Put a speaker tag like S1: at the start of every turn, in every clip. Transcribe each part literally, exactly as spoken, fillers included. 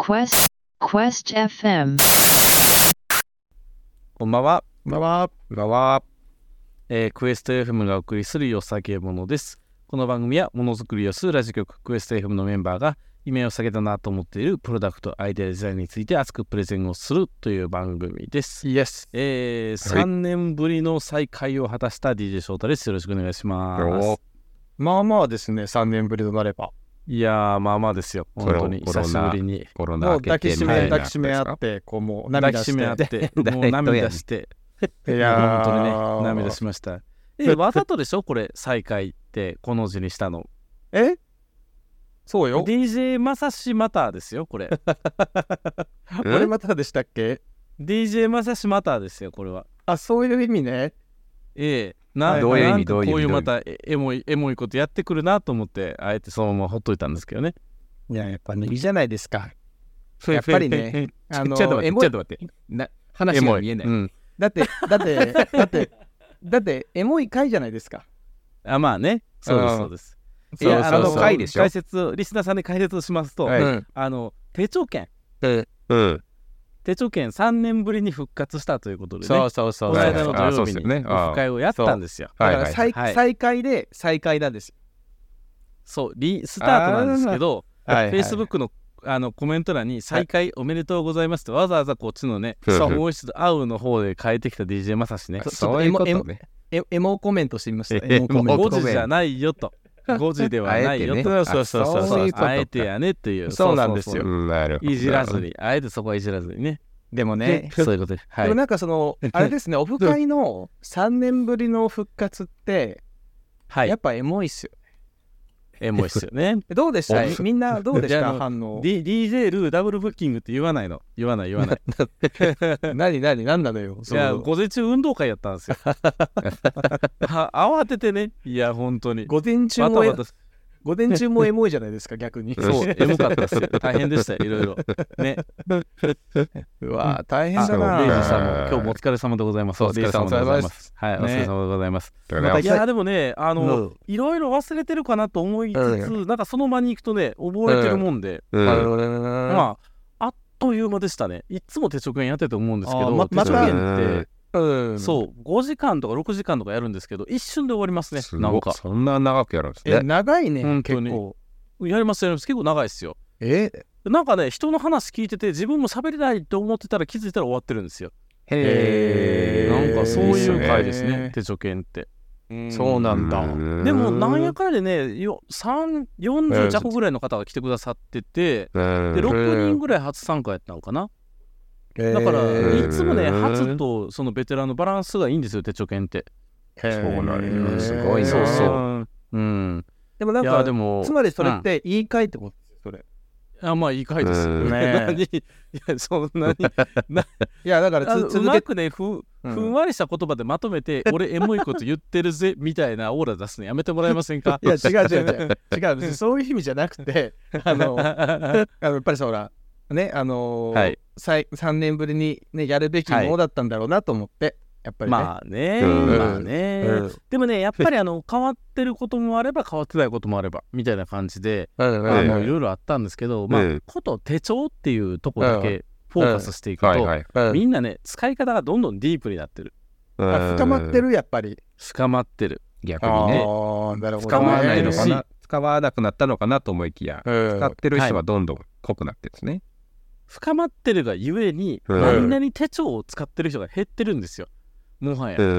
S1: Quest Quest エフエム。
S2: こんばんは。
S3: こんばんは。
S2: こんばんは。えー、クエスト エフエム がお送りするよさげものです。この番組はものづくりをするラジオ局クエスト エフエム のメンバーが夢を下げたなと思っているプロダクトアイデアデザインについて熱くプレゼンをするという番組です。
S3: イエス。
S2: えー、さんねんぶりの再会を果たした ディージェー 翔太です。よろしくお願いします。
S3: まあまあですね、さんねんぶりとなれば。
S2: いやー、まあまあですよ。本当に久しぶりに。
S3: コロナもう抱きしめ、抱きしめ合って、こうもう涙して。
S2: 抱きしめ合って、もう涙して。いやー、本当にね、涙しました。え、わざとでしょこれ、再会ってこの字にしたの。
S3: えそうよ。
S2: ディージェー まさしまたですよ、これ。
S3: 俺またでしたっけ？
S2: ディージェー まさしまたですよ、これは。
S3: あ、そういう意味ね。
S2: ええ。な、
S4: どういう意味
S2: どういう意味こういうまたエモい、エモいことやってくるなと思って、あえてそのままほっといたんですけどね。
S3: いや、やっぱね、いいじゃないですか。やっぱりね、
S4: あの、ちょっと待って、ちょっと待って。な話が見えない。
S3: うん、だって、だって、だって、だって、エモい回じゃないですか。
S2: あ、まあね。そうです、そうです。
S4: いや、あの回でしょ。
S2: 解説、リスナーさんに解説しますと、はい、あの、手帳券。
S4: うん。
S2: 手帳券さんねんぶりに復活したということでね。
S3: そうそうそう。
S2: この間の土曜日にオフ会をやったんですよ。
S3: だから再、はい、再開で再開なんですよ。
S2: そう、リスタートなんですけど、Facebook のあのコメント欄に再開おめでとうございますってわざわざこっちのね、もう一度会うの方で変えてきた ディージェー まさしね。
S3: そういうことね。エモコメントしてみました。エモコメント。
S2: ごじじゃないよと。ごじではないよと。
S3: そうそうそうそう。
S2: あえてやねっていう。
S3: そうなんですよ。
S2: いじらずに、あえてそこはいじらずにね。
S3: でもね、
S2: そういうことで。
S3: でもなんかその、あれですね、オフ会のさんねんぶりの復活って、やっぱエモいっすよ。
S2: エモいっすよね。
S3: どうでしたみんなどうでした反応。
S2: ディージェー ルーダブルブッキングって言わないの。言わない言わない。
S3: 何何何なのよ。
S2: いや、午前中運動会やったんですよ。慌ててね。いや、本当に。
S3: 午前中も午前中もエモいじゃないですか、逆に。
S2: そう、エモかったです。大変でしたよ、いろいろ。ね。
S3: うわ、大変だな。
S2: レイジさんも今日もお疲れ様でございます。
S3: お疲れ様でございます。
S2: はい、お疲れ様でございます。いや、でもね、あの、いろいろ忘れてるかなと思いつつ、なんかその場に行くとね、覚えてるもんで、まあ、あっという間でしたね。いつも手帳券やってて思うんですけど、手帳券って、うん、そうごじかんとかろくじかんとかやるんですけど一瞬で終わりますね。なんか
S4: そんな長くやるんですね。
S3: え長いね。
S2: 本当に結構やりますやります結構長いですよ。
S3: え
S2: なんかね人の話聞いてて自分も喋りたいと思ってたら気づいたら終わってるんですよ。
S3: へ
S2: え。なんかそういう回ですね手帳券って。
S3: そうなんだ。
S2: でもなんやかんやでねよんじゅう弱ぐらいの方が来てくださってて、でろくにんぐらい初参加やったのかな。だからいつもね初とそのベテランのバランスがいいんですよ手帳券って。
S3: そうなんや。すごいな。
S2: そうそう。うん。
S3: でもなんかでもつまりそれっていい回ってことですそれ。
S2: あ、まあいい回ですよね。いやそんなに
S3: いやだから
S2: うまくねふふんわりした言葉でまとめて俺エモいこと言ってるぜみたいなオーラ出すのやめてもらえませんか。
S3: いや違う違う違う違う別にそういう意味じゃなくてあのやっぱりそらねあのーはい、さんねんぶりに、ね、やるべきものだったんだろうなと思って、はい、やっぱりね
S2: まあね、うん、まあね、うん、でもねやっぱりあの変わってることもあれば変わってないこともあればみたいな感じで、うん、あのいろいろあったんですけど、うん、まあこと手帳っていうとこだけフォーカスしていくと、うんはいはい、みんなね使い方がどんどんディープになってる、
S3: うん、あ深まってるやっぱり
S2: 深まってる
S4: 逆にね
S2: 深まってるし
S4: 使わなくなったのかなと思いきや、うん、使ってる人はどんどん濃くなってるんですね、はい
S2: 深まってるがゆえに、うん、何々手帳を使ってる人が減ってるんですよもはや、うん、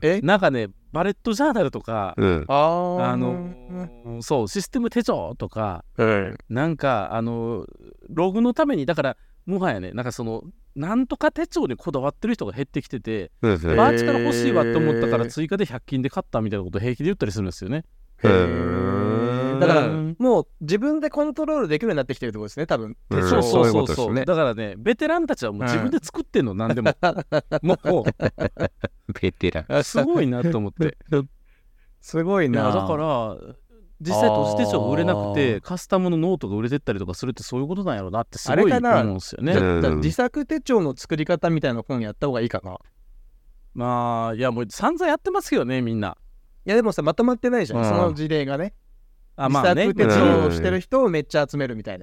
S2: えなんかねバレットジャーナルとか、うん、あのそうシステム手帳とか、うん、なんかあのログのためにだからもはやねなんかそのなんとか手帳にこだわってる人が減ってきてて、うん、バーチカル欲しいわって思ったから追加でひゃく均で買ったみたいなことを平気で言ったりするんですよね。
S3: へーだから、うん、もう自分でコントロールできるようになってきてるってことですね多分、
S2: うん、そうそうそうそう、ね、だからねベテランたちはもう自分で作ってんの、うん、何でももう
S4: ベテラ
S2: ンすごいなと思って
S3: すごいな。
S2: いやだから実際都市手帳が売れなくてカスタムのノートが売れてったりとかするってそういうことなんやろうなってすごい思うんですよね。
S3: うん、自作手帳の作り方みたいな本やった方がいいかな。
S2: まあいやもう散々やってますよねみんな。
S3: いやでもさまとまってないじゃん、うん、その事例がね。
S2: あまあね、
S3: 自作手帳をしてる人をめっちゃ集めるみたいな。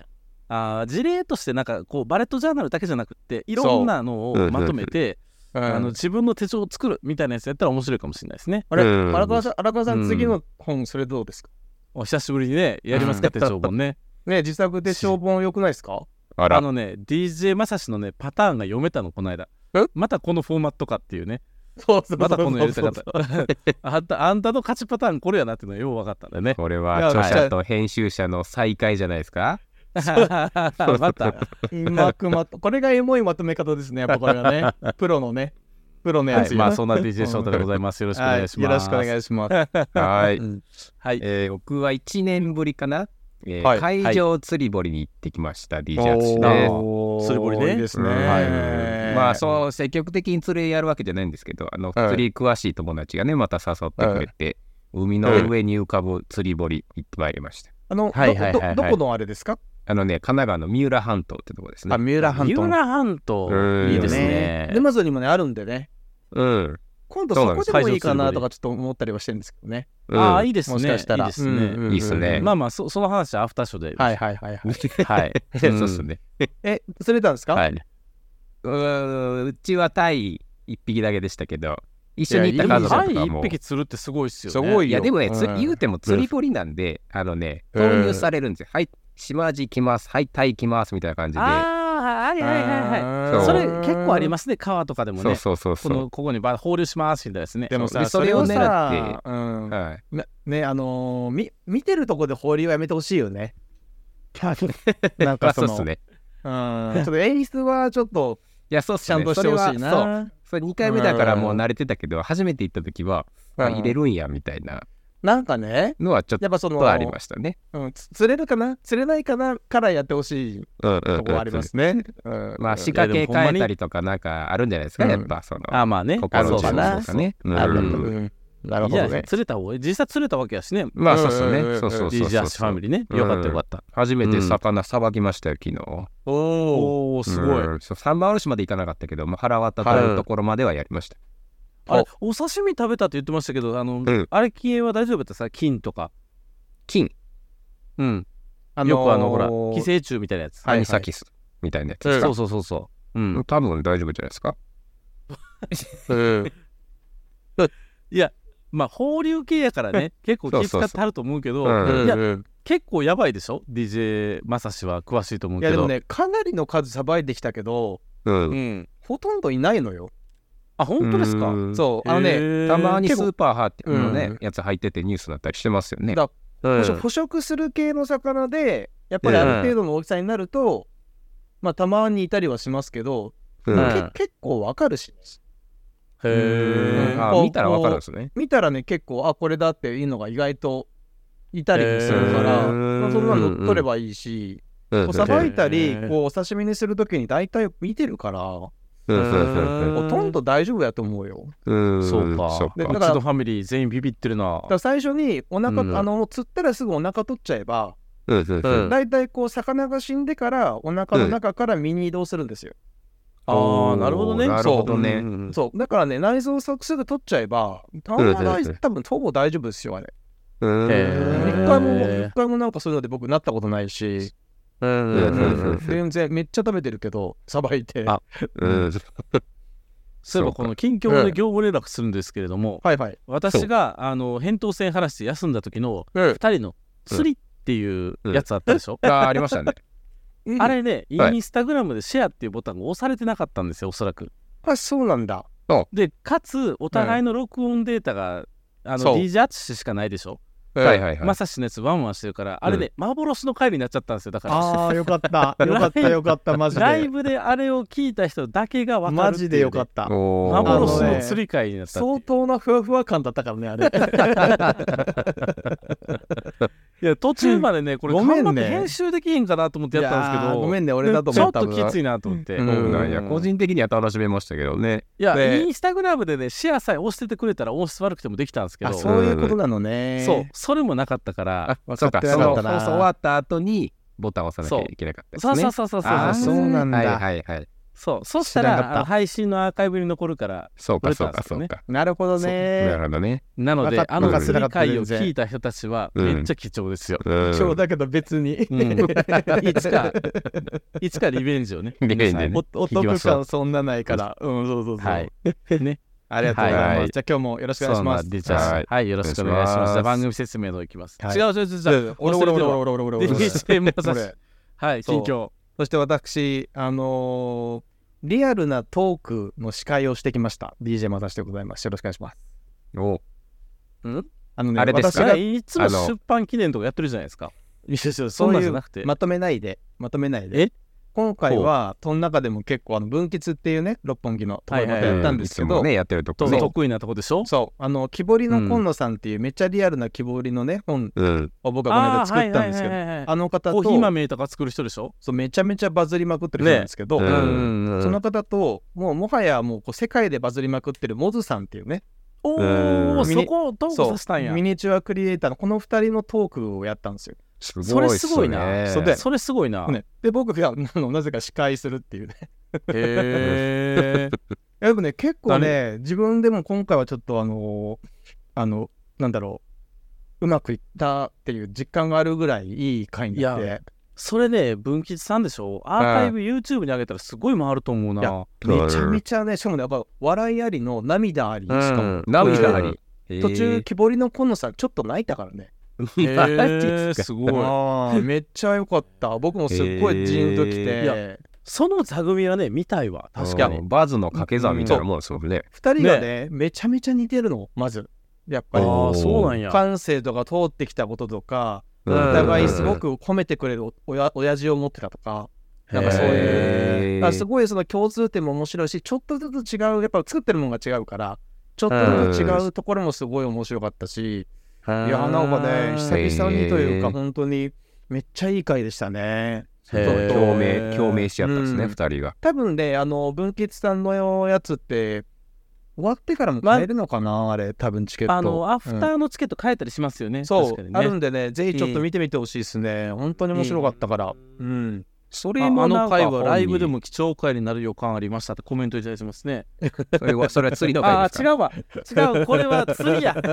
S2: あ事例としてなんかこうバレットジャーナルだけじゃなくっていろんなのをまとめて、うん、あの自分の手帳を作るみたいなやつやったら面白いかもしれないですね。
S3: あれ、うん、荒川さん、荒川さん、次の本それどうですか？
S2: お久しぶりにねやりますか、手帳本ね。
S3: ね、自作手帳本良くないですか？
S2: あらあのね ディージェー まさしのねパターンが読めたのこの間。またこのフォーマットかっていうね。
S3: そうそうそうそう、
S2: またこのやり方あんたあんたの勝ちパターンこれやなっていうのはよう分かったんだよね。
S4: これは著者と編集者の再会じゃないですか？
S2: また
S3: うまくまとこれがエモいまとめ方ですね。やっぱこれはねプロのねプロのやつ、
S2: はい、まあそんな ディージェー 翔太でございます。よろしくお願いします。
S3: はい、よろしくお願いします。
S4: はい、
S3: うん
S4: はい、えー、僕はいちねんぶりかな、えーはい、海上釣り堀に行ってきました、はい、ディージェー 淳で。
S3: 釣り堀ね。いいですね、はい、
S4: まあそう積極的に釣りやるわけじゃないんですけど、あの釣り詳しい友達がねまた誘ってくれて、はい、海の上に浮かぶ釣り堀行ってまいりました。
S3: あの、はいはいはいはい、ど, どこのあれですか？
S4: あのね、神奈川の三浦半島ってとこですね。
S3: あ、三浦半島。
S2: 三浦半島いいですね。
S3: 沼津にもねあるんでね。
S4: うん。
S3: 今度そこでもいいかなとかちょっと思ったりはしてるんですけどね。
S2: うん、ああいいですね。
S3: もしかしたら
S2: いいですね。うんうんうん、
S4: いいですね。
S2: まあまあ そ, その話はアフターショーで。
S3: はいはいはいはい。
S2: はい。
S4: そうですね。
S3: え、釣れたんですか？
S4: はい。う, うちはタイ一匹だけでしたけど、一緒に行った家族とかも。
S2: タイ一匹釣るってすごいっすよね。
S3: すごいよ。
S4: いやでもね、うん、言うても釣り堀なんで、うん、あのね投入されるんですよ。はい。島地来ます、はい、タイ来ますみたいな感じで。
S2: ああ、はいはいはいはい。それ結構ありますね、川とかでもね。
S4: そうそうそうそう。
S2: このここに放流しますみたいですね。
S3: でもさ、
S4: それを狙って、
S3: うんはい、ね、あのー、み見てるとこで放流はやめてほしいよね。なんかその、
S4: そうっすね。
S3: うん、ちょっと演出はちょっと
S4: いやそうっすね、
S3: ちゃんとしてほしいな。
S4: それはそう。それにかいめだからもう慣れてたけど、初めて行った時は、うん、入れるんやみたいな。
S3: なんかね
S4: のはちょっとありましたね。
S3: うん、釣れるかな釣れないかなからやってほしいとこありますね。
S4: まあ仕掛け変えたりとかなんかあるんじゃないですか、うん、やっぱその
S2: あまあね
S4: 心の準備とかね。
S3: なるほどね。
S2: 釣れた方が実際釣れたわけやしね。
S4: まあそうそうね。そうそうそう。
S2: ディージェー ファミリーね。よかったよかった。
S4: 初めて魚さばきましたよ昨日。
S2: おおすごい。
S4: 三番おろしまで行かなかったけど、まあ腹割ったというところまではやりました。
S2: あれお刺身食べたって言ってましたけど、あの、うん、あれ系は大丈夫だったさ、金とか。
S4: 金
S2: うん。あのー、よくあのほら寄生虫みたいなやつ。
S4: アニサキスみたいなやつ
S2: ですか。そうそうそうそう。
S4: うん。多分大丈夫じゃないですか。
S2: うん。いや、まあ放流系やからね、結構気使ってはると思うけど、いや結構やばいでしょ。ディージェー まさしは詳しいと思うけど。
S3: いやでもね、かなりの数さばいてきたけど、
S4: うん、
S3: うん、ほとんどいないのよ。
S2: あ、本当ですか？
S3: そうあのね、
S4: たまにスーパーハーのね、うん、やつ入っててニュースになったりしてますよね。
S3: だうん、捕食する系の魚でやっぱりある程度の大きさになると、うん、まあたまにいたりはしますけど、うん、結構わかるし。
S2: へえ、
S4: うん。あ、見たらわかるんですね。
S3: 見たらね結構あこれだっていうのが意外といたりするから、まあ、そんなの取ればいいし、さばいたりこうお刺身にするときに大体見てるから。ほとんど大丈夫やと思うよ。
S2: うんそうか。でだからうちのファミリー全員ビビってるな。だ
S3: から最初にお腹、うん、あの釣ったらすぐお腹取っちゃえば、
S4: うん、
S3: だいたいこう魚が死んでからお腹の中から身に移動するんですよ。
S2: うん、ああなるほどね。
S4: なるほどね。
S3: そう、うん、そうだからね内臓をすぐ取っちゃえば多分多分ほぼ大丈夫ですよあれ。
S4: うん、
S3: 一回も一回もなんかそういうので僕なったことないし。全然めっちゃ食べてるけどさばいてあ、
S2: うん、そういえばこの近況で業務連絡するんですけれども、
S3: はいはい、
S2: 私があの扁桃腺晴らして休んだ時のふたりの釣りっていうやつあったでしょ、
S4: うんうん、あ, ありましたね
S2: あれねインスタグラムでシェアっていうボタンが押されてなかったんですよおそらく。
S3: あそうなんだ。
S2: でかつお互いの録音データが、うん、あの ディージェー 淳しかないでしょ。
S4: はいはいはい、
S2: まさしのやつワンワンしてるから、あれね、うん、幻の回になっちゃったんですよ。だから
S3: ああよかったよかったよかったマジで
S2: ライブであれを聞いた人だけが分かるっていう、ね、
S3: マジでよかった。
S2: 幻の釣り回になったって、
S3: 相当なふわふわ感だったからねあれ
S2: いや途中までねこれ頑張って編集できへんかなと思ってやったんですけど、
S3: ごめんね俺だと思った。
S2: ちょっときついなと思って、
S4: うんうんうん、いや個人的には楽しめましたけどね。
S2: いや、ね、インスタグラムでねシェアさえ押しててくれたら音質悪くてもできたんですけど、
S3: あそういうことなのね。
S2: そうそれもなかったから、
S4: あ分かってなかったな。その放送終わった後にボタンを押さなきゃいけなかったですね。
S2: そうそうそうそうそう
S3: そうなんだ。
S4: はいはいはい。
S2: そうそしたら配信のアーカイブに残るから、
S4: そうかそうかそうか。
S3: なるほどね。
S4: なるほどね。
S2: なのであの釣り会を聞いた人たちはめっちゃ貴重ですよ。
S3: 貴重だけど別にい
S2: つかいつかリベンジをね。
S4: リベンジね。
S3: お得感そんなないから。うんそうそうそう。
S2: はいね。
S3: ありがとうございます。じゃあ今日もよろしくお願いします。
S2: はいよろしくお願いします。じゃあ番組説明のいきます。違う違う違う。
S3: 俺俺俺俺俺俺俺。
S2: はい近況。
S3: そして私あのリアルなトークの司会をしてきました ディージェー まさしでございます。よろしくお願いします。
S4: お
S2: うん
S3: あのね、
S2: あれですか、いつも出版記念とかやってるじゃないですか。
S3: そんなんじゃなくてまとめないでまとめないで。今回はその中でも結構あの分岐っていうね六本木のところまでやったんですけど、
S4: ねやってるとこ
S2: ね得意なとこでしょ。
S3: そうあの木彫りの今野さんっていうめっちゃリアルな木彫りのね本を僕がこの間作ったんですけど、あの方と
S2: コーヒー豆とか作る人でしょ。
S3: そうめちゃめちゃバズりまくってる人なんですけど、その方ともうもはやもうこう世界でバズりまくってるモズさんっていうね、
S2: おおそこをトークさせたんや。
S3: ミニチュアクリエイターのこのふたりのトークをやったんですよ。
S2: それすごいな。それそれすごいな。
S3: ね、で僕がなぜか司会するっていうね。
S2: へえ。
S3: でもね結構ね自分でも今回はちょっとあのあのなんだろううまくいったっていう実感があるぐらいいい回になって。
S2: それね文吉さんでしょ。アーカイブ YouTube に上げたらすごい回ると思うな。いや
S3: めちゃめちゃねしかもねやっぱ笑いありの涙ありしかも
S4: 涙あり。
S3: 途中木彫りの今野さんちょっと泣いたからね。
S2: へーすごい。
S3: あめっちゃ良かった。僕もすっごいジーンときて、いや
S2: その座組はね見たいわ。確かに
S4: バズの掛け算みたいなもんですもんね。
S3: ふたりがねめちゃめちゃ似てるの。まずやっぱり
S2: あそうなんや。
S3: 感性とか通ってきたこととかお互いすごく褒めてくれるおや親父を持ってたとか、なんかそういうすごいその共通点も面白いし、ちょっとずつ違うやっぱ作ってるものが違うからちょっとずつ違うところもすごい面白かったし、いやなんかね久々にというか本当にめっちゃいい回でしたね。
S4: 共鳴共鳴しちゃったんですね、うん、ふたりが。
S3: 多分ねあの文吉さんのやつって終わってからも買えるのかな、まあ、あれ多分チケット
S2: あのアフターのチケット買えたりしますよね、うん、
S3: そう
S2: 確かにね
S3: あるんでねぜひちょっと見てみてほしいですね、うん、本当に面白かったから、うん、うん
S2: それもあの回はライブでも貴重回になる予感ありましたってコメントいただいてますね。
S4: それはそれは釣りの回ですか。
S2: あ違うわ違うこれは釣りやちょ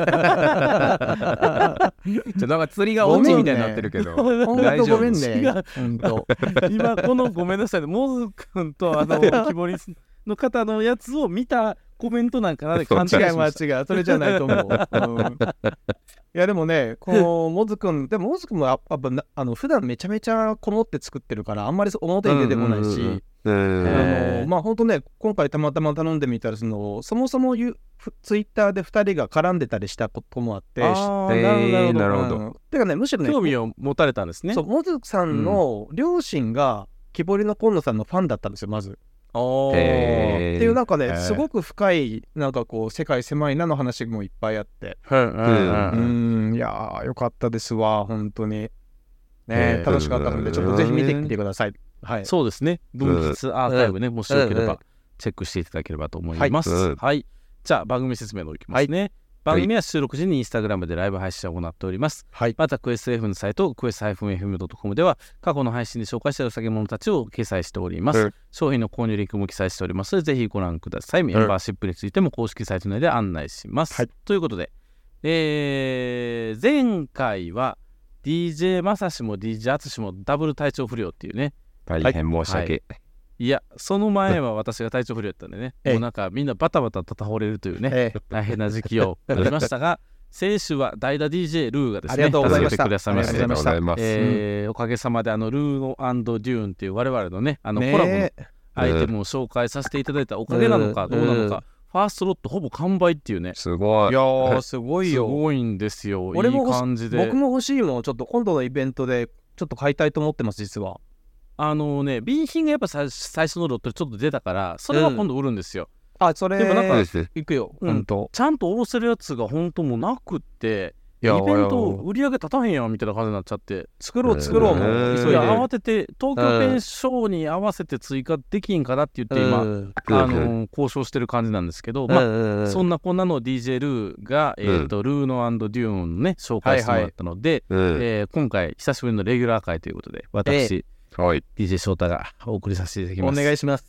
S4: なんか釣りがオチみたいになってるけど
S3: 大丈夫。ごめんね
S2: 今このごめんなさいねモズ君とあの木彫りの方のやつを見たコメントなんかなで勘違いしました。
S3: 違う違うそれじゃないと思う、うん、いやでもねこのモズくんでもモズくんもやっぱあの普段めちゃめちゃこもって作ってるからあんまり表に出てこないし、あのまあほんとね今回たまたま頼んでみたらそのそもそもツイッターでふたりが絡んでたりしたこともあって
S2: あーなるほど、
S3: うん、てかねむしろね
S2: 興味を持たれたんですね。
S3: そうモズさんの両親が木彫りの今野さんのファンだったんですよまず。
S2: って
S3: いうなんかねすごく深いなんかこう世界狭いなの話もいっぱいあって、うんいやーよかったですわ本当にね楽しかったのでちょっとぜひ見てみてください。はい、
S2: そうですね文吉アーカイブねもしよければチェックしていただければと思います。はい、はい、じゃあ番組説明のいきますね。はい番組は収録時にインスタグラムでライブ配信を行っております、はい、またクエスト F のサイトクエスト エフエムドットコム では過去の配信で紹介したお酒物たちを掲載しております、うん、商品の購入リンクも記載しておりますのでぜひご覧ください、うん、メンバーシップについても公式サイト内で案内します、はい、ということで、えー、前回は ディージェー まさしも ディージェー あつしもダブル体調不良っていうね
S4: 大変申し訳、はい
S2: いやその前は私が体調不良やったんでねもうなんかみんなバタバタと倒れるというね、ええ、大変な時期をありましたが先週は代打 ディージェー ルーがですね
S3: 助け
S2: てくださいまして、えー、おかげさまであのルーノ&デューンっていう我々のねあのコラボのアイテムを紹介させていただいたおかげなのかどうなのか、ファーストロットほぼ完売っていうね
S4: すごい
S3: いやーすごいよ
S2: すごいんですよ。俺もいい感じで
S3: 僕も欲しいもんちょっと今度のイベントでちょっと買いたいと思ってます実は。
S2: あのね B 品がやっぱ最初のロットでちょっと出たからそれは今度売るんですよ、
S3: うん、あそれ
S2: でもなんか
S3: 行くよ、
S2: うん、ちゃんとおろせるやつが本当もうなくってイベント売り上げ立たへんやんみたいな感じになっちゃって作ろう作ろうもう急いで慌てて東京ペンショーに合わせて追加できんかなって言って今、あのー、交渉してる感じなんですけど、まあそんなこんなの ディージェー ルーが、えーとルーノ&デューンのね紹介してもらったので、はいはいえー、今回久しぶりのレギュラー会ということで私、えーはい、ディージェー 翔太がお送りさせていただきます。
S3: お願いします。
S4: お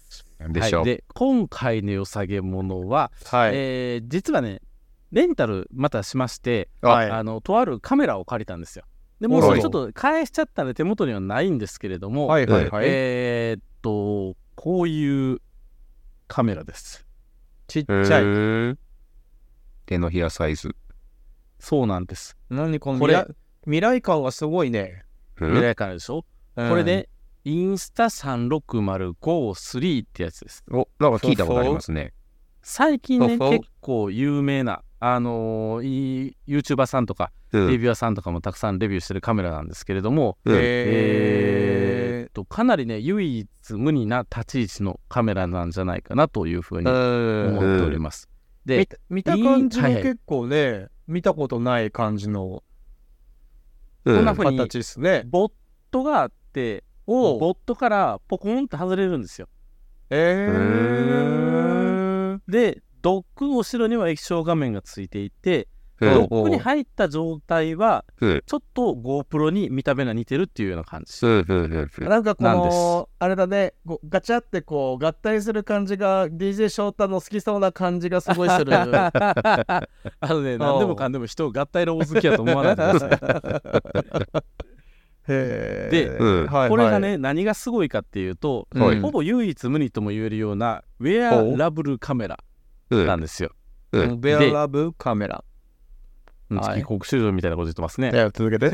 S4: でしょう。
S2: はい、で今回の良さげものは、はいえー、実はねレンタルまたしまして、はい、あのとあるカメラを借りたんですよ。でもうそれちょっと返しちゃったんで手元にはないんですけれども、はいはいはい、えー、っとこういうカメラです。ちっちゃい
S4: 手のひらサイズ。
S2: そうなんです。
S3: 何このこれ未来感はすごいね。
S2: 未来感でしょ、うん、これでインスタさんろくまるごスリーってやつです。
S4: お、なんか聞いたことありますね。
S2: 最近ね結構有名なあのー、YouTuber さんとか、うん、レビュアーさんとかもたくさんレビューしてるカメラなんですけれども、うん、えー、っとかなりね唯一無二な立ち位置のカメラなんじゃないかなというふうに思っております。
S3: で 見, 見た感じも結構ね、はいはい、見たことない感じの、
S2: うん、こんなふうに形ですね。ボットがあってボットからポコンと外れるんですよ。えー、でドックの後ろには液晶画面がついていて、うん、ドックに入った状態はちょっと GoPro に見た目が似てるっていうような感じ、うんうんうん、
S3: なんかこのあれだね、ガチャってこう合体する感じが ディージェー 翔太の好きそうな感じがすごいするあ
S2: のね何でもかんでも人を合体ロボ好きやと思わないでくださいへで、うんはいはい、これがね何がすごいかっていうと、はい、ほぼ唯一無二とも言えるようなウェアラブルカメラなんですよ、
S3: うんうん、ウェアラブルカメラ、
S2: 帰国子女みたいなこと言ってますね。
S3: 続けて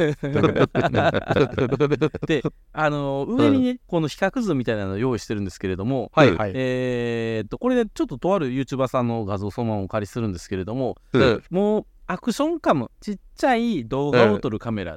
S2: で、あのー、上にね、うん、この比較図みたいなのを用意してるんですけれども、はいはい、えー、っとこれねちょっととある YouTuber さんの画像そのままお借りするんですけれども、うん、もうアクションカムちっちゃい動画を撮るカメラって、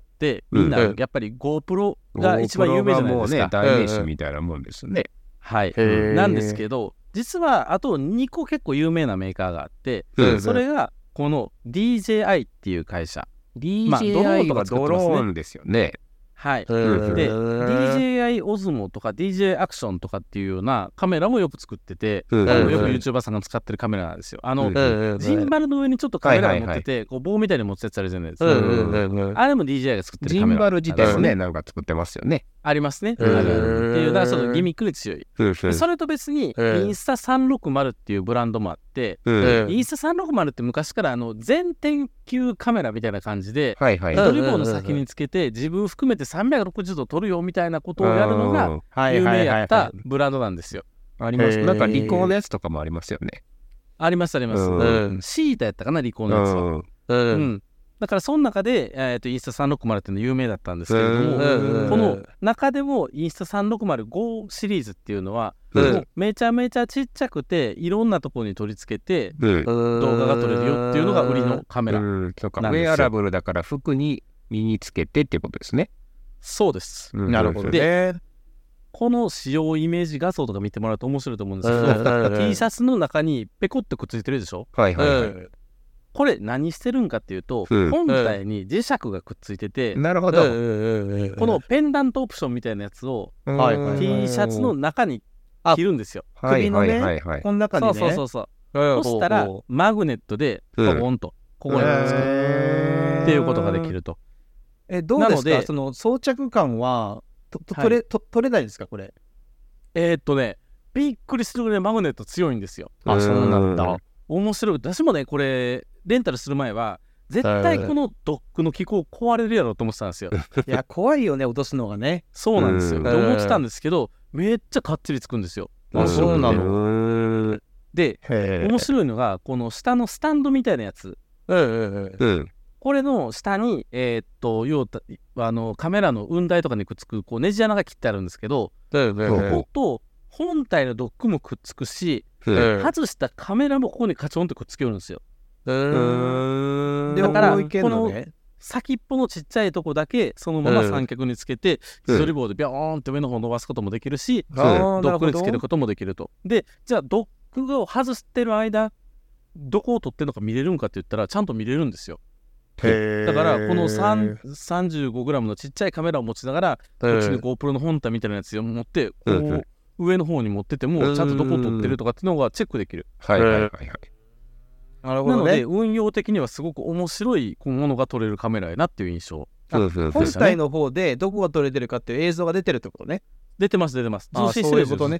S2: うん、みんなやっぱり GoPro が一番有名じゃないですか。
S4: GoPro がもうね代名詞みたいなもんですね、うん、
S2: はい、なんですけど実はあとにこ結構有名なメーカーがあって、うん、それがこの ディージェーアイ っていう会社、
S4: ディージェーアイ はドローンですよね。
S2: はい、で ディージェーアイ オズモとか ディージェー アクションとかっていうようなカメラもよく作ってて、うん、あのよく YouTuber さんが使ってるカメラなんですよ。あの、うん、ジンバルの上にちょっとカメラが持ってて、はいはいはい、こう棒みたいに持つやつあるじゃないですか、うんうん、あれも ディージェーアイ が作ってるカメラ。
S4: ジンバル自体はねなんか作ってますよね。
S2: ありますね、うん、あるっていうだからちょっとギミックで強い、うん、それと別にインスタさんろくまるっていうブランドもあって、うん、インスタさんろくまるって昔からあの全天球カメラみたいな感じで、はいはい、ドリボーの先につけて自分含めてさんびゃくろくじゅうど撮るよみたいなことをやるのが有名やったブランドなんですよ。
S4: あります。なんかリコーのやつとかもありますよね。
S2: ありますあります、うん、シータやったかなリコーのやつは、うんうん、だからその中で、えー、とインスタさんろくまるっていうの有名だったんですけれども、うん、この中でもインスタさんろくまるごシリーズっていうのは、うん、もうめちゃめちゃちっちゃくていろんなところに取り付けて、うん、動画が撮れるよっていうのが売りのカメラなんですよ。
S4: ウェアラブルだから服に身につけてってことですね。
S2: そうです、うん、
S3: なるほどね。
S2: でこの使用イメージ画像とか見てもらうと面白いと思うんですけど、T シャツの中にペコってくっついてるでしょ。はいはいはい、うん、これ何してるんかっていうと、うん、本体に磁石がくっついてて、
S4: うん、なるほど、
S2: うん、このペンダントオプションみたいなやつを、うん、T シャツの中に着るんですよ。
S3: 首のね、はいはいはい、この中にね。
S2: そうそうそうそう。そしたらマグネットでポコンとここにくっつくっていうことができると。
S3: えどうですかその装着感はとと取れ、はい、と取れないですかこれ。
S2: えー、っとねびっくりするぐらいマグネット強いんですよ。
S3: あそうなんだ。
S2: 面白い。私もねこれレンタルする前は絶対このドックの機構壊れるやろと思ってたんですよ。
S3: いや怖いよね落とすのがね。
S2: そうなんですよって思ってたんですけどめっちゃかっちりつくんですよ。
S3: あそうなの。
S2: で面白いのがこの下のスタンドみたいなやつ、うんうん、これの下にえー、っと要はあのカメラの雲台とかにくっつくこうネジ穴が切ってあるんですけど、ここと本体のドックもくっつくし、外したカメラもここにカチョンってくっつけるんですよ。だからこの先っぽのちっちゃいとこだけそのまま三脚につけて自撮り棒でビョーンって上の方伸ばすこともできるし、ドックにつけることもできると。でじゃあドックを外してる間どこを撮ってるのか見れるんかって言ったらちゃんと見れるんですよ。だからこのさんじゅうごグラムのちっちゃいカメラを持ちながらこっちに GoPro の本体みたいなやつを持ってこう上の方に持っててもちゃんとどこを撮ってるとかっていうのがチェックできる。
S4: はいはいはいはい。
S2: なるほどね。なので運用的にはすごく面白いものが撮れるカメラやなっていう印象。
S3: 本体の方でどこが撮れてるかっていう映像が出てるってことね。
S2: 出てます出てます。通信してるんですよずっと。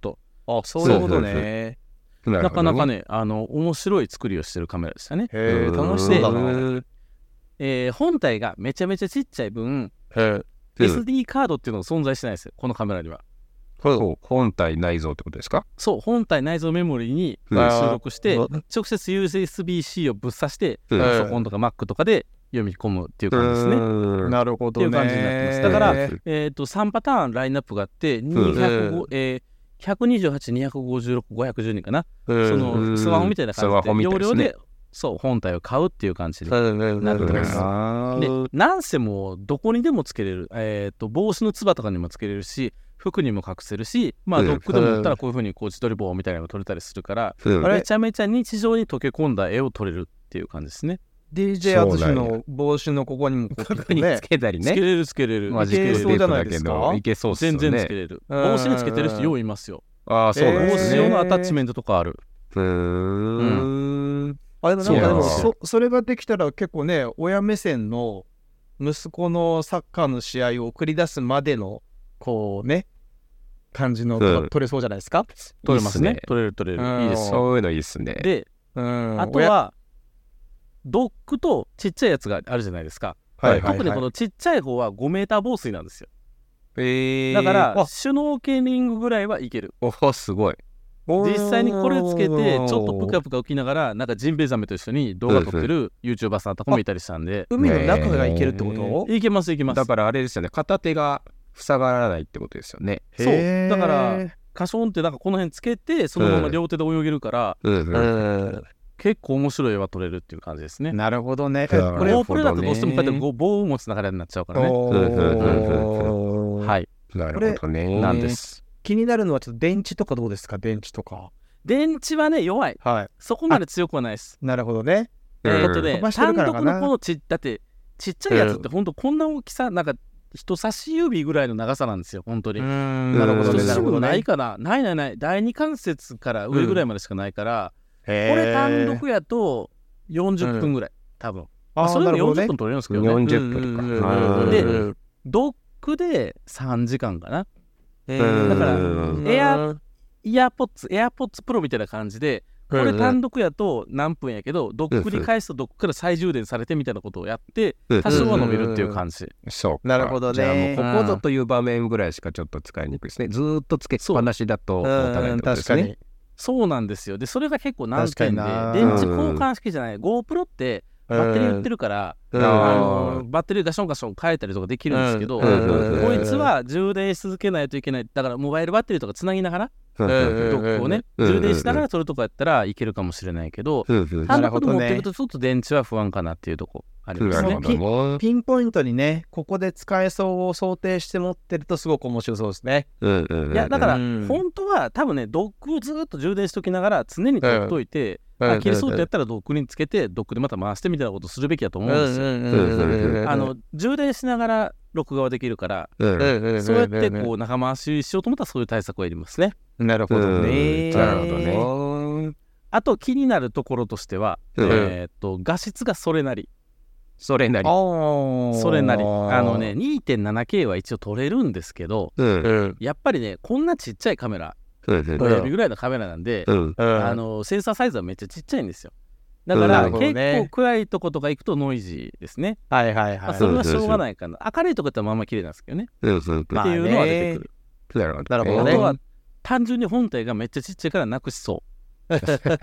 S3: あ、そういうことね。
S2: なかなかね、あの面白い作りをしてるカメラでしたね。
S3: へえ、楽しそうだな。
S2: えー、本体がめちゃめちゃちっちゃい分、エスディー カードっていうのが存在してないですよ、このカメラには。
S4: 本体内蔵ってことですか？
S2: そう、本体内蔵メモリに収録して、直接 ユーエスビーシー をぶっ刺して、パソコンとか Mac とかで読み込むっていう感じですね。
S3: なるほどね。
S2: っていう感じになってます。だから、えー、とさんパターンラインナップがあって、にひゃくご、えーひゃくにじゅうはち、にひゃくごじゅうろく、ごひゃくじゅうにかな。そのスマホみたいな感じで、容量でそう本体を買うっていう感じになってます。で、なんせもうどこにでもつけれる、えー、と帽子のつばとかにもつけれるし、服にも隠せるし、まあドックでも打ったらこういう風にこう自撮り棒みたいなのが撮れたりするから、めちゃめちゃ日常に溶け込んだ絵を撮れるっていう感じですね。
S3: ディージェー アツシの帽子のここにもこ
S4: こにつけたりね。
S2: つけれるつけれる。
S3: いけそうじゃないですか。
S4: いけそうっすよね。
S2: 全然つけれる。帽子につけてる人よういますよ。
S4: ああ、そうなんですね。
S2: 帽子用のアタッチメントとかある。
S3: へー。あれなんかでもそそれができたら結構ね、親目線の息子のサッカーの試合を送り出すまでのこうね感じの撮れそうじゃないですか。
S2: 撮れますね。撮れる撮れる。いいですよ。
S4: そういうのいいっすね。
S2: で、あとはドックとちっちゃいやつがあるじゃないですか。特にこのちっちゃい方はごメーター防水なんですよ。だからシュノーケリングぐらいはいける。
S4: お、すごい。
S2: 実際にこれつけてちょっとプカプカ浮きながらなんかジンベエザメと一緒に動画撮ってる YouTuber さんとかもいたりしたんで、
S3: 海の中がいけるってこと？
S2: いけますいけます。
S4: だからあれですよね、片手が塞がらないってことですよね。
S2: そうだからカションってなんかこの辺つけてそのまま両手で泳げるから、結構面白い絵は撮れるっていう感じですね。
S3: なるほどね。
S2: これをこれだとどうしてもこうやって棒を持つ流れになっちゃうからね。はい。
S4: なるほどね。
S2: なんです。
S3: 気になるのはちょっと電池とかどうですか？電池とか。
S2: 電池はね弱い。はい。そこまで強くはないです。
S3: なるほどね。
S2: えーっとね、単独のこのちだってちっちゃいやつって本当こんな大きさなんか人差し指ぐらいの長さなんですよ本当に。
S3: なるほどね。
S2: なるほどね。ないかな。ないないない。第二関節から上ぐらいまでしかないから、これ単独やとよんじゅっぷんぐらい多分。あ、それでもよんじゅっぷん取れるんですけどね。
S4: よんじゅっぷんか。
S2: で、ドックでさんじかんかな。だからエアイヤーポッツエアポッツプロみたいな感じで、これ単独やと何分やけどドックに返すとドックから再充電されてみたいなことをやって多少は伸びるっていう感じ。
S4: そう
S3: なるほどね。
S4: じゃあもうここぞという場面ぐらいしかちょっと使いにくいですね。ずーっとつけっぱなしだと持たないってことですね。
S2: そうなんですよ。でそれが結構難点で電池交換式じゃない GoPro ってバッテリー売ってるから、あのバッテリーガションガション変えたりとかできるんですけど、こいつは充電し続けないといけない。だからモバイルバッテリーとかつなぎながらドックをね充電しながらそれとかやったらいけるかもしれないけど、単独で持っていくとちょっと電池は不安かなっていうとこありますね。
S3: ピ, ピンポイントにねここで使えそうを想定して持ってるとすごく面白そうですね。
S2: いやだから本当は多分ねドックをずっと充電しときながら常に取っといて、あ切れそうってやったらドックにつけてドックでまた回してみたいなことするべきだと思うんですよ。あの充電しながら録画はできるから、そうやってこう長回ししようと思ったらそういう対策をやりますね。
S3: なるほどね。
S4: なるほどね。
S2: あと気になるところとしては、えっと画質がそれなり
S4: それなり
S2: それなりあのね にてんななケー は一応撮れるんですけど、やっぱりねこんなちっちゃいカメラ親指ぐらいのカメラなんで、あのセンサーサイズはめっちゃちっちゃいんですよ。だから結構暗いとことか行くとノイジーですね。
S3: はいはいはい。
S2: それはしょうがないかな。明るいとこだったらまあまあ綺麗なんですけどね。っていうのは出てくる。
S3: なるほどね。
S2: あとは単純に本体がめっちゃちっちゃいからなくしそう。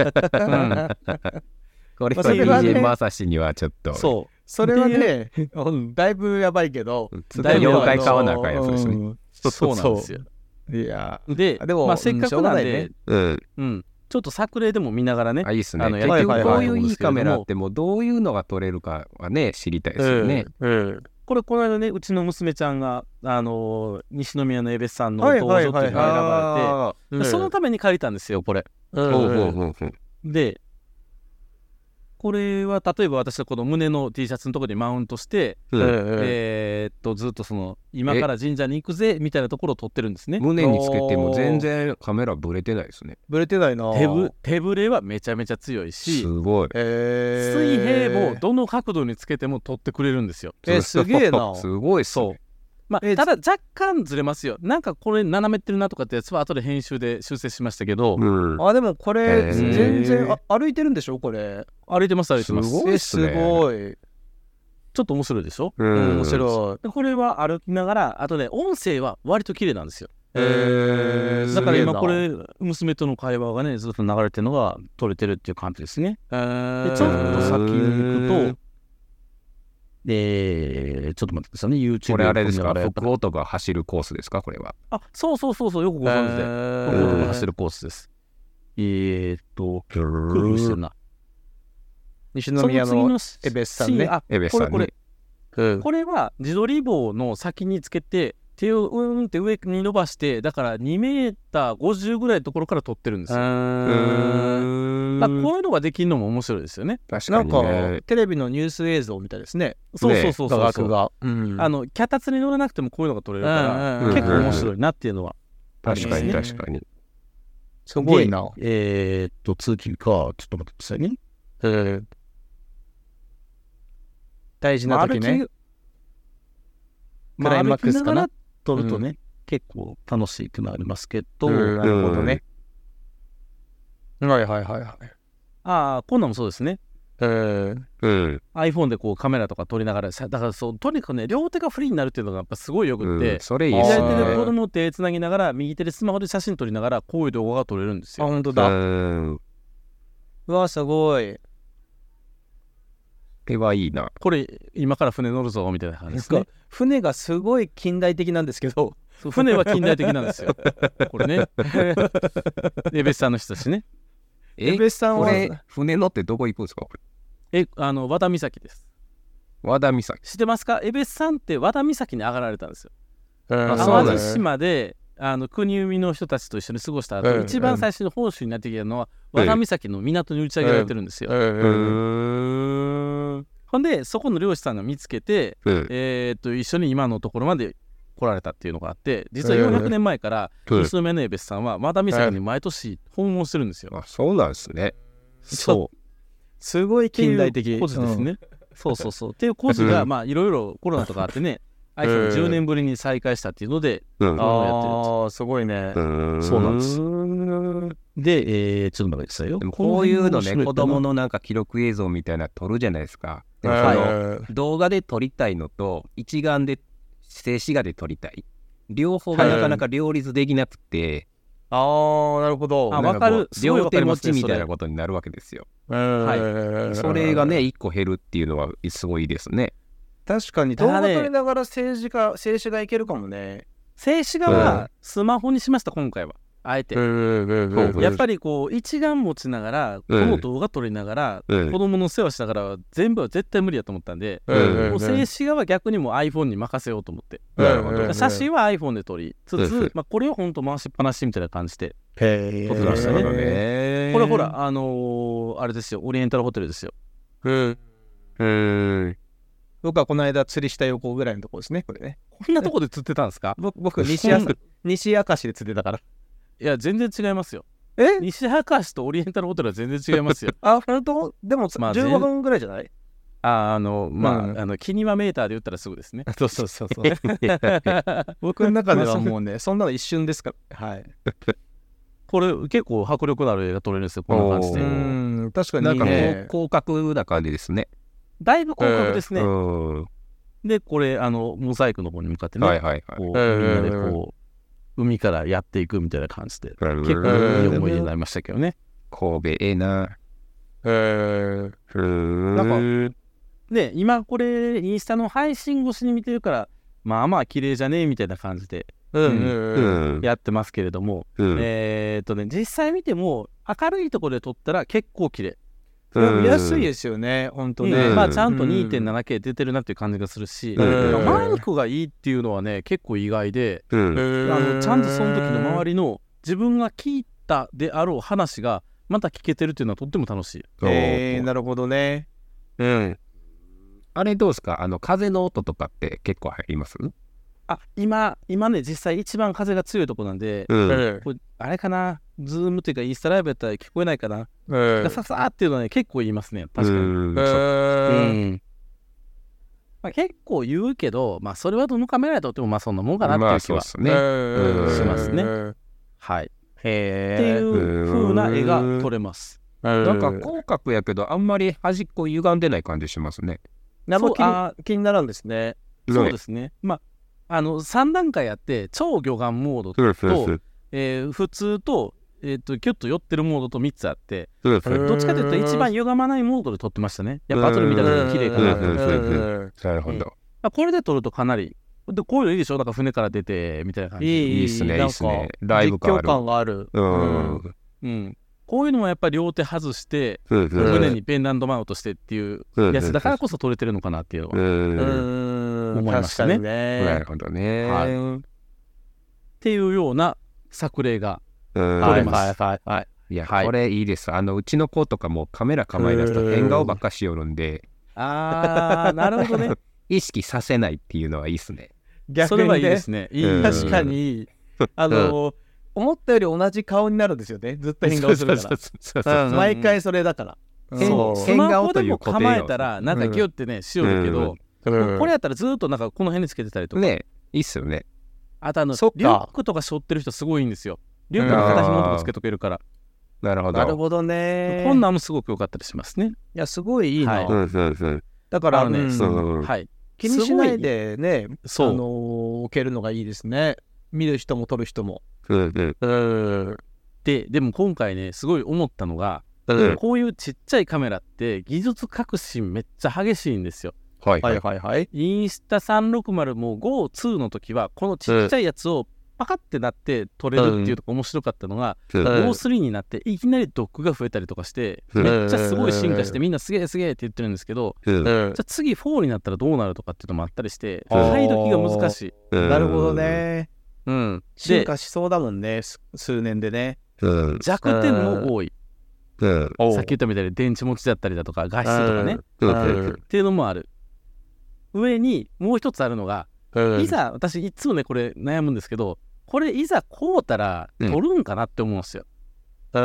S4: これは ディージェー まさしにはちょっと。
S3: そう。それはね、だいぶやばいけど、
S4: だいぶ妖怪買わなあかんやつですね。
S2: そうなんですよ。
S3: いや
S2: で、でも、まあ、せっかくなんで、うんうん、ちょっと作例でも見ながらね、
S4: あいいっすね。結局こういういいカメラってもうどういうのが撮れるかはね知りたいですよね。
S2: うんうん、これこの間ねうちの娘ちゃんがあのー、西宮の江別さんの道場っていうのが選ばれて、そのために借りたんですよこれ。でこれは例えば私はこの胸の T シャツのところにマウントして、うん、えー、っとずっとその今から神社に行くぜみたいなところを撮ってるんですね。
S4: 胸につけても全然カメラブレてないですね。
S3: ブレてないな。
S2: 手ぶ手ぶれはめちゃめちゃ強いし、
S4: すごい、
S2: えー、水平もどの角度につけても撮ってくれるんですよ。
S3: えー、すげえな。
S4: すごいっすね。
S2: そうまあ、ただ若干ずれますよ。なんかこれ斜めってるなとかってやつは後で編集で修正しましたけど、
S3: うん、あでもこれ全然あ歩いてるんでしょこれ。
S2: 歩いてます歩いてます。
S3: すごいすごい。
S2: ちょっと面白いでしょ。
S3: うん、面白
S2: い。これは歩きながら、あとね音声は割と綺麗なんですよ。
S3: えー、
S2: だから今これ娘との会話がねずっと流れてるのが撮れてるっていう感じですね。
S3: えー、
S2: でちょっと先に行くと、でちょっと待ってくださいね。 YouTube
S4: これあれですか、福男が走るコースですかこれは。
S2: あ、そうそうそうそう、よくご存知で、福男が走るコースです。えーっとクルクルしてるな。
S3: 西宮のエベスさんね。
S2: あ、
S4: エベスさんね。
S2: これこれ、うん、これは自撮り棒の先につけて手をうんって上に伸ばして、だからにメーターごじゅうぐらいのところから撮ってるんですよ。だこういうのができるのも面白いですよね。
S3: 確かにね。なんかテレビのニュース映像みたいですね。
S2: そうそうそうそう。
S3: 画角が、うん、
S2: あの脚立に乗らなくてもこういうのが撮れるから結構面白いなっていうのは、
S4: 確かに確かに。
S3: すごいな。
S2: えー、っと通勤かちょっと待ってくださいね。えー、
S3: 大事な時ね。
S2: クライマックスかな。撮るとね、うん、結構楽しくなりますけど、
S3: なるほどね。はいはいはいはい。
S2: ああ、こんなんもそうですね。
S3: えーうん、
S2: iPhone でこうカメラとか撮りながら、だからそうとにかくね両手がフリーになるっていうのがやっぱすごいよくって、うん、
S4: それいいですね。
S2: 左手で子供手つなぎながら右手でスマホで写真撮りながらこういう動画が撮れるんですよ。
S3: あ、本当だ。うわ、すごい。
S4: 手はいいな。
S2: これ今から船乗るぞみたいな感じですね。
S3: 船がすごい近代的なんですけど、
S2: 船は近代的なんですよ。これね。エベスさんの人たちね。
S3: エベスさんは
S4: これ船乗ってどこ行くんですかこれ。
S2: え、あの和田岬です。
S4: 和田岬。
S2: 知ってますか？エベスさんって和田岬に上がられたんですよ。
S3: 淡
S2: 路島であの国生みの人たちと一緒に過ごした後、うん、一番最初に本州になってきたのは、うん、和田岬の港に打ち上げられてるんですよ。ほんでそこの漁師さんが見つけて、うん、えー、っと一緒に今のところまで来られたっていうのがあって、実はよんひゃくねんまえから西宮のエベスさんは和田岬に毎年訪問してるんですよ。
S4: あ、そうなんですね。
S2: そう
S3: すごい近代的
S2: 工事ですね。うん、そうそうそうっていう工事がまあいろいろコロナとかあってねiPhone じゅうねんぶりに再開したっていうので、
S3: うん、ああすごいね。
S2: そうなんです。で、えー、ちょっと待ってくださいよ。
S4: でもこういうのね、子供のなんか記録映像みたいな撮るじゃないですか。でもその動画で撮りたいのと一眼で静止画で撮りたい両方がなかなか両立できなくて、
S3: ああなるほど。
S2: あ、分かる。
S4: 両手持ちみたいなことになるわけですよ。
S2: はい。
S4: それがね一個減るっていうのはすごいですね。
S3: 確かに動画撮りながら静止画静止画いけるかもね。
S2: 静止画はスマホにしました今回は。あえてやっぱりこう一眼持ちながらこの動画撮りながら子供の世話しながら全部は絶対無理やと思ったんで、もう静止画は逆にもう iPhone に任せようと思って、写真は iPhone で撮りつつ、まあこれをほんと回しっぱなしみたいな感じで撮ってましたね。これほらあのあれですよ、オリエンタルホテルですよ。
S3: 僕はこの間釣りした横ぐらいのところですね、これね。
S2: こんなとこで釣ってたんですか？
S3: 僕西明西明石で釣ってたから。
S2: いや全然違いますよ。
S3: え？
S2: 西明石とオリエンタルホテルは全然違いますよ。
S3: あ、本当？でも、まあ、じゅうごふんぐらいじゃない？
S2: あ、あのまあ、うん、あのキニワメーターで言ったらすぐですね。
S3: そうそうそうそう。僕の中ではもうね、そんなの一瞬ですから。はい。
S2: これ結構迫力のある映画撮れるんですよ、こんな感じで。
S3: うん、確かに、
S4: ね、なんかもう広角な感じですね。
S2: だいぶ広角ですね。えー、でこれあのモザイクの方に向かってね、
S4: はいはいはい、
S2: こうみんなでこう海からやっていくみたいな感じで、結構いい思い出になりましたけどね。
S4: 神戸ええな。
S3: えー、
S2: なんかね、今これインスタの配信越しに見てるからまあまあ綺麗じゃねえみたいな感じで、うんうんうん、やってますけれども、うん、えー、っとね実際見ても明るいところで撮ったら結構綺麗。
S3: 見やすいですよね、本当ね、
S2: うん、まあちゃんと にてんななケー 出てるなっていう感じがするし、うん、マイクがいいっていうのはね結構意外で、うん、あのちゃんとその時の周りの自分が聞いたであろう話がまた聞けてるっていうのはとっても楽しい。
S3: えー、なるほどね。
S4: うん。あれどうですか？あの風の音とかって結構入ります？
S2: あ、今今ね実際一番風が強いとこなんで、うん、これあれかな、ズームっていうかインスタライブやったら聞こえないかな、えー、ガサガサっていうのはね結構言いますね、確かに。うん、えーうん、 まあ、結構言うけど、まあ、それはどのカメラで撮ってもまあそんなもんかなっていう気はしますね。はい。へっていう風な絵が撮れます。
S4: なんか広角やけどあんまり端っこ歪んでない感じしますね。
S3: 何も気に、気にならんですね。
S2: そうですね。まああのさん段階あって超魚眼モードと、えー、普通とえー、とキュッと寄ってるモードとみっつあって、どっちかというと一番歪まないモードで撮ってましたね。やっぱ後で見たら綺麗かなと思って。
S4: なるほど。
S2: これで撮るとかなりでこういうのいいでしょ。なんか船から出てみたいな感じ。
S4: いいっすね、いいっすね。ライブ
S3: 感ある。実況感がある。
S2: うん。うん。こういうのもやっぱり両手外して胸にペンダントマウントしてっていうやつだからこそ撮れてるのかなっていうのは思いましたね。
S4: なるほどね。
S2: はい。っていうような作例が撮れます。はいはいはい。
S4: いや、はい、これいいです。あのうちの子とかもカメラ構え出すと変顔ばっかしよるんで、
S2: ああなるほどね。
S4: 意識させないっていうのはいいですね。
S2: 逆にね、それはいいですね。いい
S3: 確かにあの思ったより同じ顔になるんですよね。ずっと変顔するから。毎回それだから。
S2: そう。スマホでも構えたらなんかギュってねしよるけど、これやったらずっとなんかこの辺につけてたりとか。
S4: ね、いいっすよね。
S2: あとあのリュックとか背負ってる人すごいんですよ。リュックの片紐とかつけとけるから。
S4: なるほど。
S3: なるほどね。
S2: こんなんもすごく良かったりしますね。
S3: いやすごいいいな。
S2: はい、
S3: だから
S2: ね、
S3: うんはい、気にしないでね、
S2: そう
S3: あのー、置けるのがいいですね。見る人も撮る人も。
S2: ででも今回ねすごい思ったのが、うん、こういうちっちゃいカメラって技術革新めっちゃ激しいんですよ。
S3: はいはいはいはい。
S2: インスタさんろくまるも ゴーツー の時はこのちっちゃいやつをパカってなって撮れるっていうとこ面白かったのが、うん、ゴースリー になっていきなりドックが増えたりとかして、うん、めっちゃすごい進化してみんなすげえすげえって言ってるんですけど、うん、じゃあ次フォーになったらどうなるとかっていうのもあったりして買い時が難しい。
S3: なるほどね。
S2: うん、
S3: 進化しそうだもんね数年でね。
S2: 弱点も多い。さっき言ったみたいに電池持ちだったりだとか画質とかねっていうのもある。上にもう一つあるのが、いざ私いつもねこれ悩むんですけど、これいざ買うたら撮るんかなって思うんですよ。うん、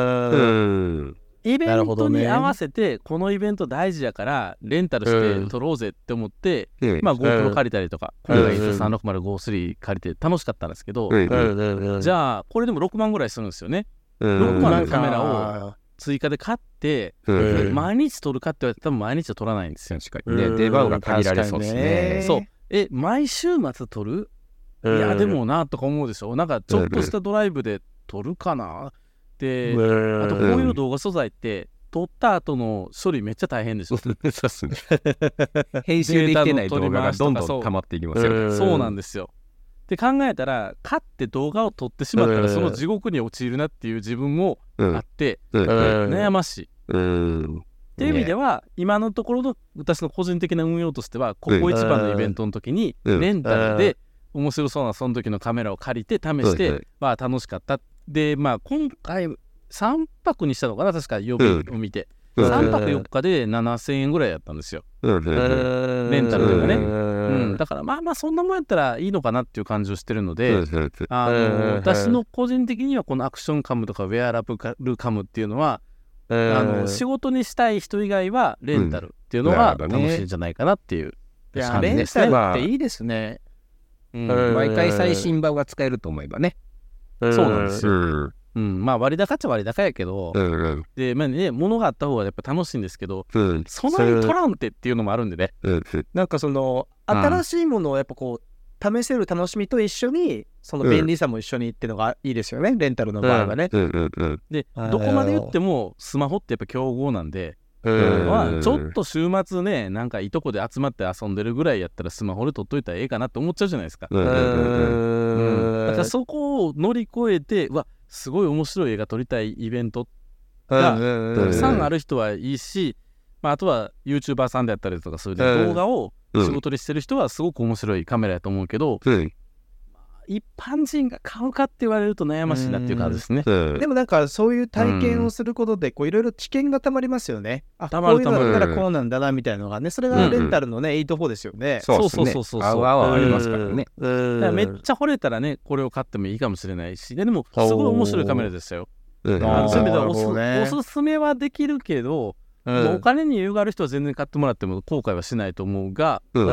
S2: イベントに合わせてこのイベント大事やからレンタルして撮ろうぜって思って、うん、まあ GoPro 借りたりとか、うん、今回 さんろくまるゴースリー 借りて楽しかったんですけど、うん、じゃあこれでもろくまんぐらいするんですよね。うん、ろくまんのカメラを追加で買って、うん、毎日撮るかって言われたら多分毎日は撮らないんですよ。
S4: 確かにね、出番が限られそうですね。
S2: そうえ毎週末撮る、いやでもなとか思うでしょ。なんかちょっとしたドライブで撮るかなで、あとこういう動画素材って撮った後の処理めっちゃ大変でしょ。
S4: そうですね。編集できてない動画がどんどん溜まっていきますよ。
S2: そうなんですよ。って考えたら買って動画を撮ってしまったらその地獄に陥るなっていう自分もあって、悩ましい。っていう意味では、ね、今のところの私の個人的な運用としてはここ一番のイベントの時にレンタルで面白そうなその時のカメラを借りて試して、まあ楽しかった。でまあ今回さんぱくにしたのかな確か曜日を見て、さんぱくよっかでななせんえんぐらいやったんですよ、レンタルでもね、うん、だからまあまあそんなもんやったらいいのかなっていう感じをしてるので、あの私の個人的にはこのアクションカムとかウェアラブルカムっていうのはあの仕事にしたい人以外はレンタルっていうのが楽しいんじゃないかなっていう、
S3: いやレンタルっていいですね、
S4: うん、毎回最新版が使えると思えばね。
S2: そうなんですよ。うん、まあ割高っちゃ割高やけど、うんうん、でまあね物があった方がやっぱ楽しいんですけど、うん、そんなに取らんってっていうのもあるんでね、
S3: うん、なんかその新しいものをやっぱこう試せる楽しみと一緒にその便利さも一緒にっていうのがいいですよね、うん、レンタルの場合はね、うんうんうん、
S2: でどこまで言ってもスマホってやっぱ競合なんで、うんまあ、ちょっと週末ねなんかいとこで集まって遊んでるぐらいやったらスマホで撮っといたらええかなって思っちゃうじゃないですか、うんうん、だからそこを乗り越えてうわすごい面白い映画撮りたいイベントがたくさんある人はいいし、まあ、あとは YouTuber さんであったりとかそういう動画を仕事にしてる人はすごく面白いカメラやと思うけど、うん一般人が買うかって言われると悩ましいなっていう感じですね。
S3: でもなんかそういう体験をすることでいろいろ知見がたまりますよね。あたまるたまるこういうのだったらこうなんだなみたいなのがね、それがレンタルのね、うん、いいとこですよね。
S2: そうそうそうそうそう。
S4: 合う合うありますからね。
S2: だからめっちゃ惚れたらねこれを買ってもいいかもしれないし、でもすごい面白いカメラでしたよ。そういう意味ではおす、ね、おすすめはできるけどうん、もうお金に余裕がある人は全然買ってもらっても後悔はしないと思うが、うんうん、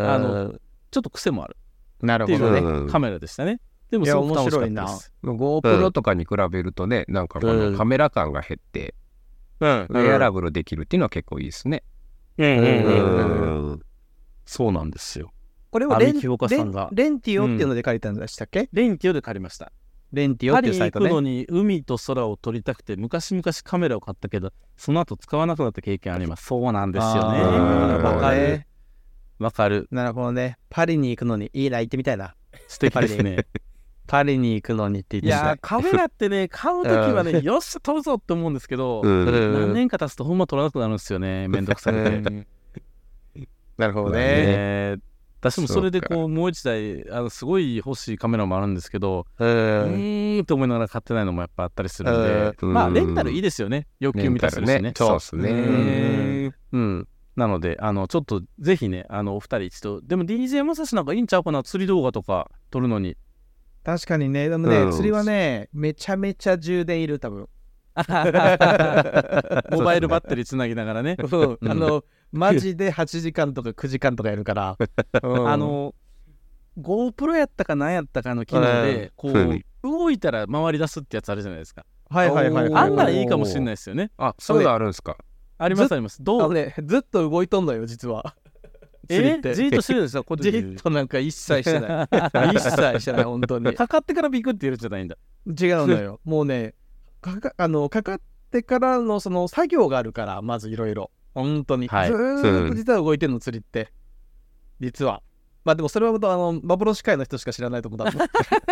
S2: あのちょっと癖もある
S3: なるほどね、
S2: カメラでしたね。でもすごく楽しかったです。
S4: GoPro とかに比べるとね、なんかこのカメラ感が減って、うん、ウェアラブルできるっていうのは結構いいですね。
S2: うんうんうんうん、そうなんですよ。
S3: これはレン、レンティオっていうので借りたんでしたっけ？
S2: レンティオで借りました。
S3: レンティオっていうサイトね。
S2: パリに行くのに海と空を撮りたくて昔々カメラを買ったけどその後使わなくなった経験あります。そうなんですよね。わかるわかる。
S3: なるほどね。パリに行くのにいいな、行ってみたいな。
S2: 素敵ですね。
S3: パリに行くのにって言って
S2: いやカメラってね買うときはねよっしゃ撮るぞって思うんですけど、何年か経つとほんま撮らなくなるんですよね。めんどくさくて。
S3: なるほどね。
S2: 私もそれでこうもう一台あのすごい欲しいカメラもあるんですけどうーんと思いながら買ってないのもやっぱあったりするんで、まあレンタルいいですよね。欲求満たするしね。
S4: そうですね。
S2: うん。なのであのちょっとぜひねあのお二人一度でも ディージェー まさしなんかいいんちゃうかな、釣り動画とか撮るのに。
S3: 確かにね。でもね、釣りはねめちゃめちゃ充電いる多分。
S2: モバイルバッテリーつなぎながらね。
S3: うん、あのマジではちじかんとかくじかんとかやるから、
S2: うん、あの GoPro やったか何やったかの機能でこう動いたら回り出すってやつあるじゃないですか。
S3: はいはいはい、はい、
S2: あんなんいいかもしれないですよね。
S4: あ、そういうのあるんですか？
S2: ありますあります。
S3: どうあの、ね、ずっと動いとんのよ実は。
S2: えじっとしてるんですよ。
S3: じっとなんか一切してない。一切してない本当に。
S2: かかってからビクって言うんじゃないんだ。
S3: 違うのよ。もうねかかあのかかってからのその作業があるからまずいろいろ本当に、はい、ずーっと実は動いてんの釣りって実は。まあでもそれはあの幻界の人しか知らないと思った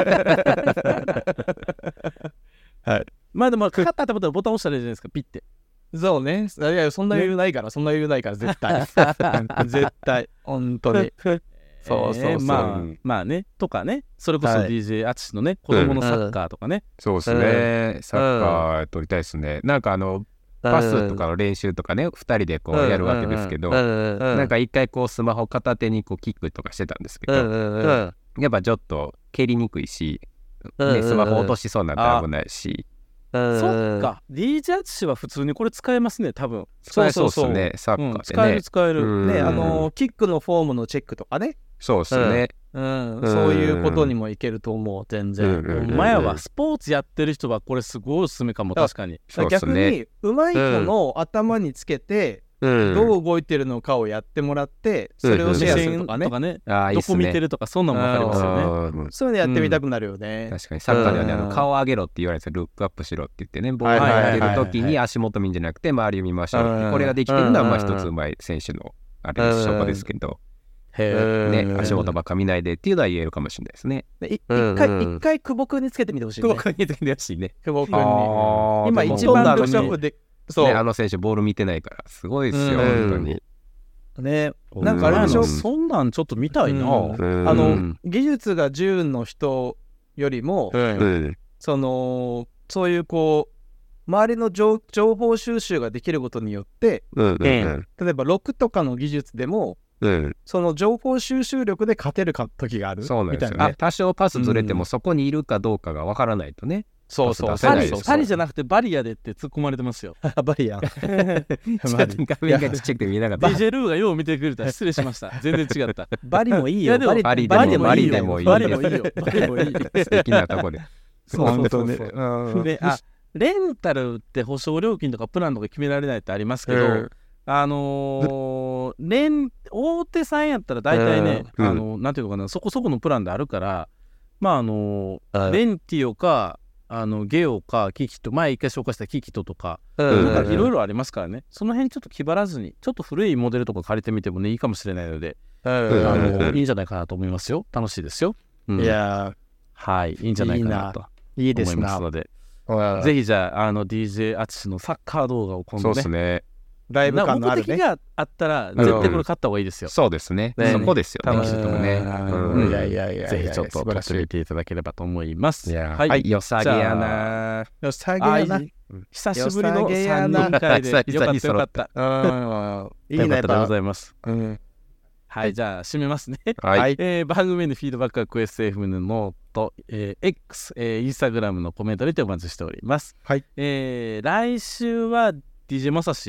S2: はい。まあでもかかったってことはボタン押したらいいじゃないですか、ピッて。
S3: そうね。いやそんな余裕ないから、ね、そんな余裕ないから絶対絶対本当にそうそうそう、えー、
S2: まあまあねとかね、それこそ ディージェー アツシのね、はい、子供のサッカーとかね、うん、
S4: そうですね、うん、サッカー撮りたいですね。なんかあのパスとかの練習とかねふたりでこうやるわけですけど、なんか一回こうスマホ片手にこうキックとかしてたんですけど、やっぱちょっと蹴りにくいし、ね、スマホ落としそうになったら危ないし、
S2: そっか ディージェー アツシは普通にこれ使えますね多分。
S4: 使えそうですね、サッカーでね、うん、
S2: 使える使える
S3: ね、あのキックのフォームのチェックとかね。
S4: そうですね、
S3: うんうん、そういうことにもいけると思う全然。
S2: お前はスポーツやってる人はこれすごいおすすめかも。確かに
S3: 逆に上手い子の頭につけて、うん、どう動いてるのかをやってもらってそれをシェアするとかね、
S2: うんね、あどこ見てるとかそんなのも分かりますよね。
S3: そういうのやってみたくなるよね、
S4: うん、確かにサッカーではね、あの顔上げろって言われてルックアップしろって言ってね、ボールを上げるときに足元見んじゃなくて周りを見ましょうって、これができてるのはまあ一つ上手い選手のあれの証拠ですけど、ね、足元ばっか見ないでっていうのは言えるかもしれないですね。
S3: 一回一回久保君につけてみてほしいね。
S2: 久保君につけてほしいね。
S3: 久保君に今一番ルックアップで
S4: そう、ね、あの選手ボール見てないからすごいですよ、うん、本当に
S3: ね。なんかあれでしょ、
S2: そんなんちょっと見たいな、
S3: うん、あの技術がじゅうの人よりも、うん、そのそういうこう周りの情報収集ができることによって、うんうん、例えばろくとかの技術でも、うん、その情報収集力で勝てるか時がある。
S4: そうなんですよね。
S3: みたいなね。
S4: 多少パスずれてもそこにいるかどうかがわからないとね、
S2: そうそう、パリ、パリじゃなくてバリアでって突っ込まれてますよ。
S3: バリア
S4: 画面がちっちゃくて見えなかった。
S2: ディージェー ルーがよう見てくれたら失礼しました。全然違った。
S3: バリもいいよ。
S4: バリバリでもバリでもいいよ。
S2: バリもいいよ。バリもいい。
S4: 素敵なとこで。
S2: そうそうそう。で、あ、レンタルって保証料金とかプランとか決められないってありますけど、あのレン大手さんやったら大体ね、あのなんていうのかな、そこそこのプランであるから、まああのレンティオかあのゲオかキキト、前一回紹介したキキトとかいろいろありますからね、その辺ちょっと気張らずにちょっと古いモデルとか借りてみてもねいいかもしれないので、あのいいんじゃないかなと思いますよ。楽しいですよ、
S3: うん、いや
S2: はいいいんじゃないかなと思いますので、ぜひじゃああの ディージェー アツシのサッカー動画を今度ね、
S4: そうですね、
S3: ライブ感のあるね、
S2: 目的があったら絶対これ買った方がいいですよ。
S4: そうですね、そこですよね、
S2: 楽しいとこね。
S3: いやいやいや、
S2: ぜひちょっと撮ってみていただければと思います。
S4: はい、よさげやな、
S3: よさげやな、
S2: 久しぶりのさんにん会でよかったよかった。いいね、ありがとうございます。はい、じゃあ締めますね。はい、えー、番組へのフィードバックはクエスト エフエム のノート、えー、X、えー、インスタグラムのコメントでお待ちしております。はい、えー、来週は ディージェー まさし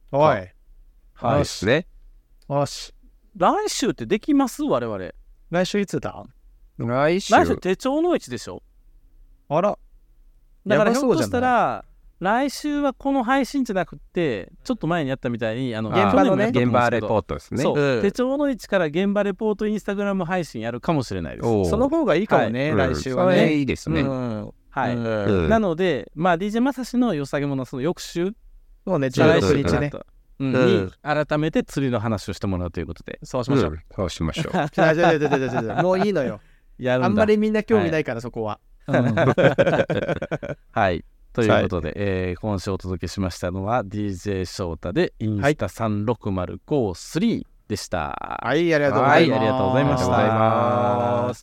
S3: おい。
S4: はいですね。
S3: よし。
S2: 来週ってできます我々。
S3: 来週いつだ？
S4: 来週。
S2: 来週手帳の市でしょ。
S3: あら。
S2: だからひょっとしたら来週はこの配信じゃなくてちょっと前にやったみたいにあの
S4: 現場のね現場レポートですね。
S2: そう、うん、手帳の市から現場レポートインスタグラム配信やるかもしれないです。
S3: その方がいいかもね、はい、来週はね、
S4: うん、いいですね、うん、
S2: はい、うん、なのでまあ ディージェー まさしのよさげものその翌週
S3: そうねじゅうくにちね、
S2: うんうん、に改めて釣りの話をしてもらうということで
S3: そうしましょう、うん、
S4: そうしましょう
S3: じゃあじゃあじゃあじゃあじゃあもういいのよやるんだあんまりみんな興味ないから、はい、そこは、うん、
S2: はいということで、はいえー、今週お届けしましたのは ディージェー 翔太でインスタさんろくまるごスリーでした。
S3: はい、ありがとうございます。
S2: はい、ありがとうございました。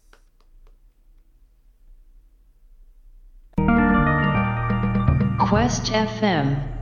S1: Quest エフエム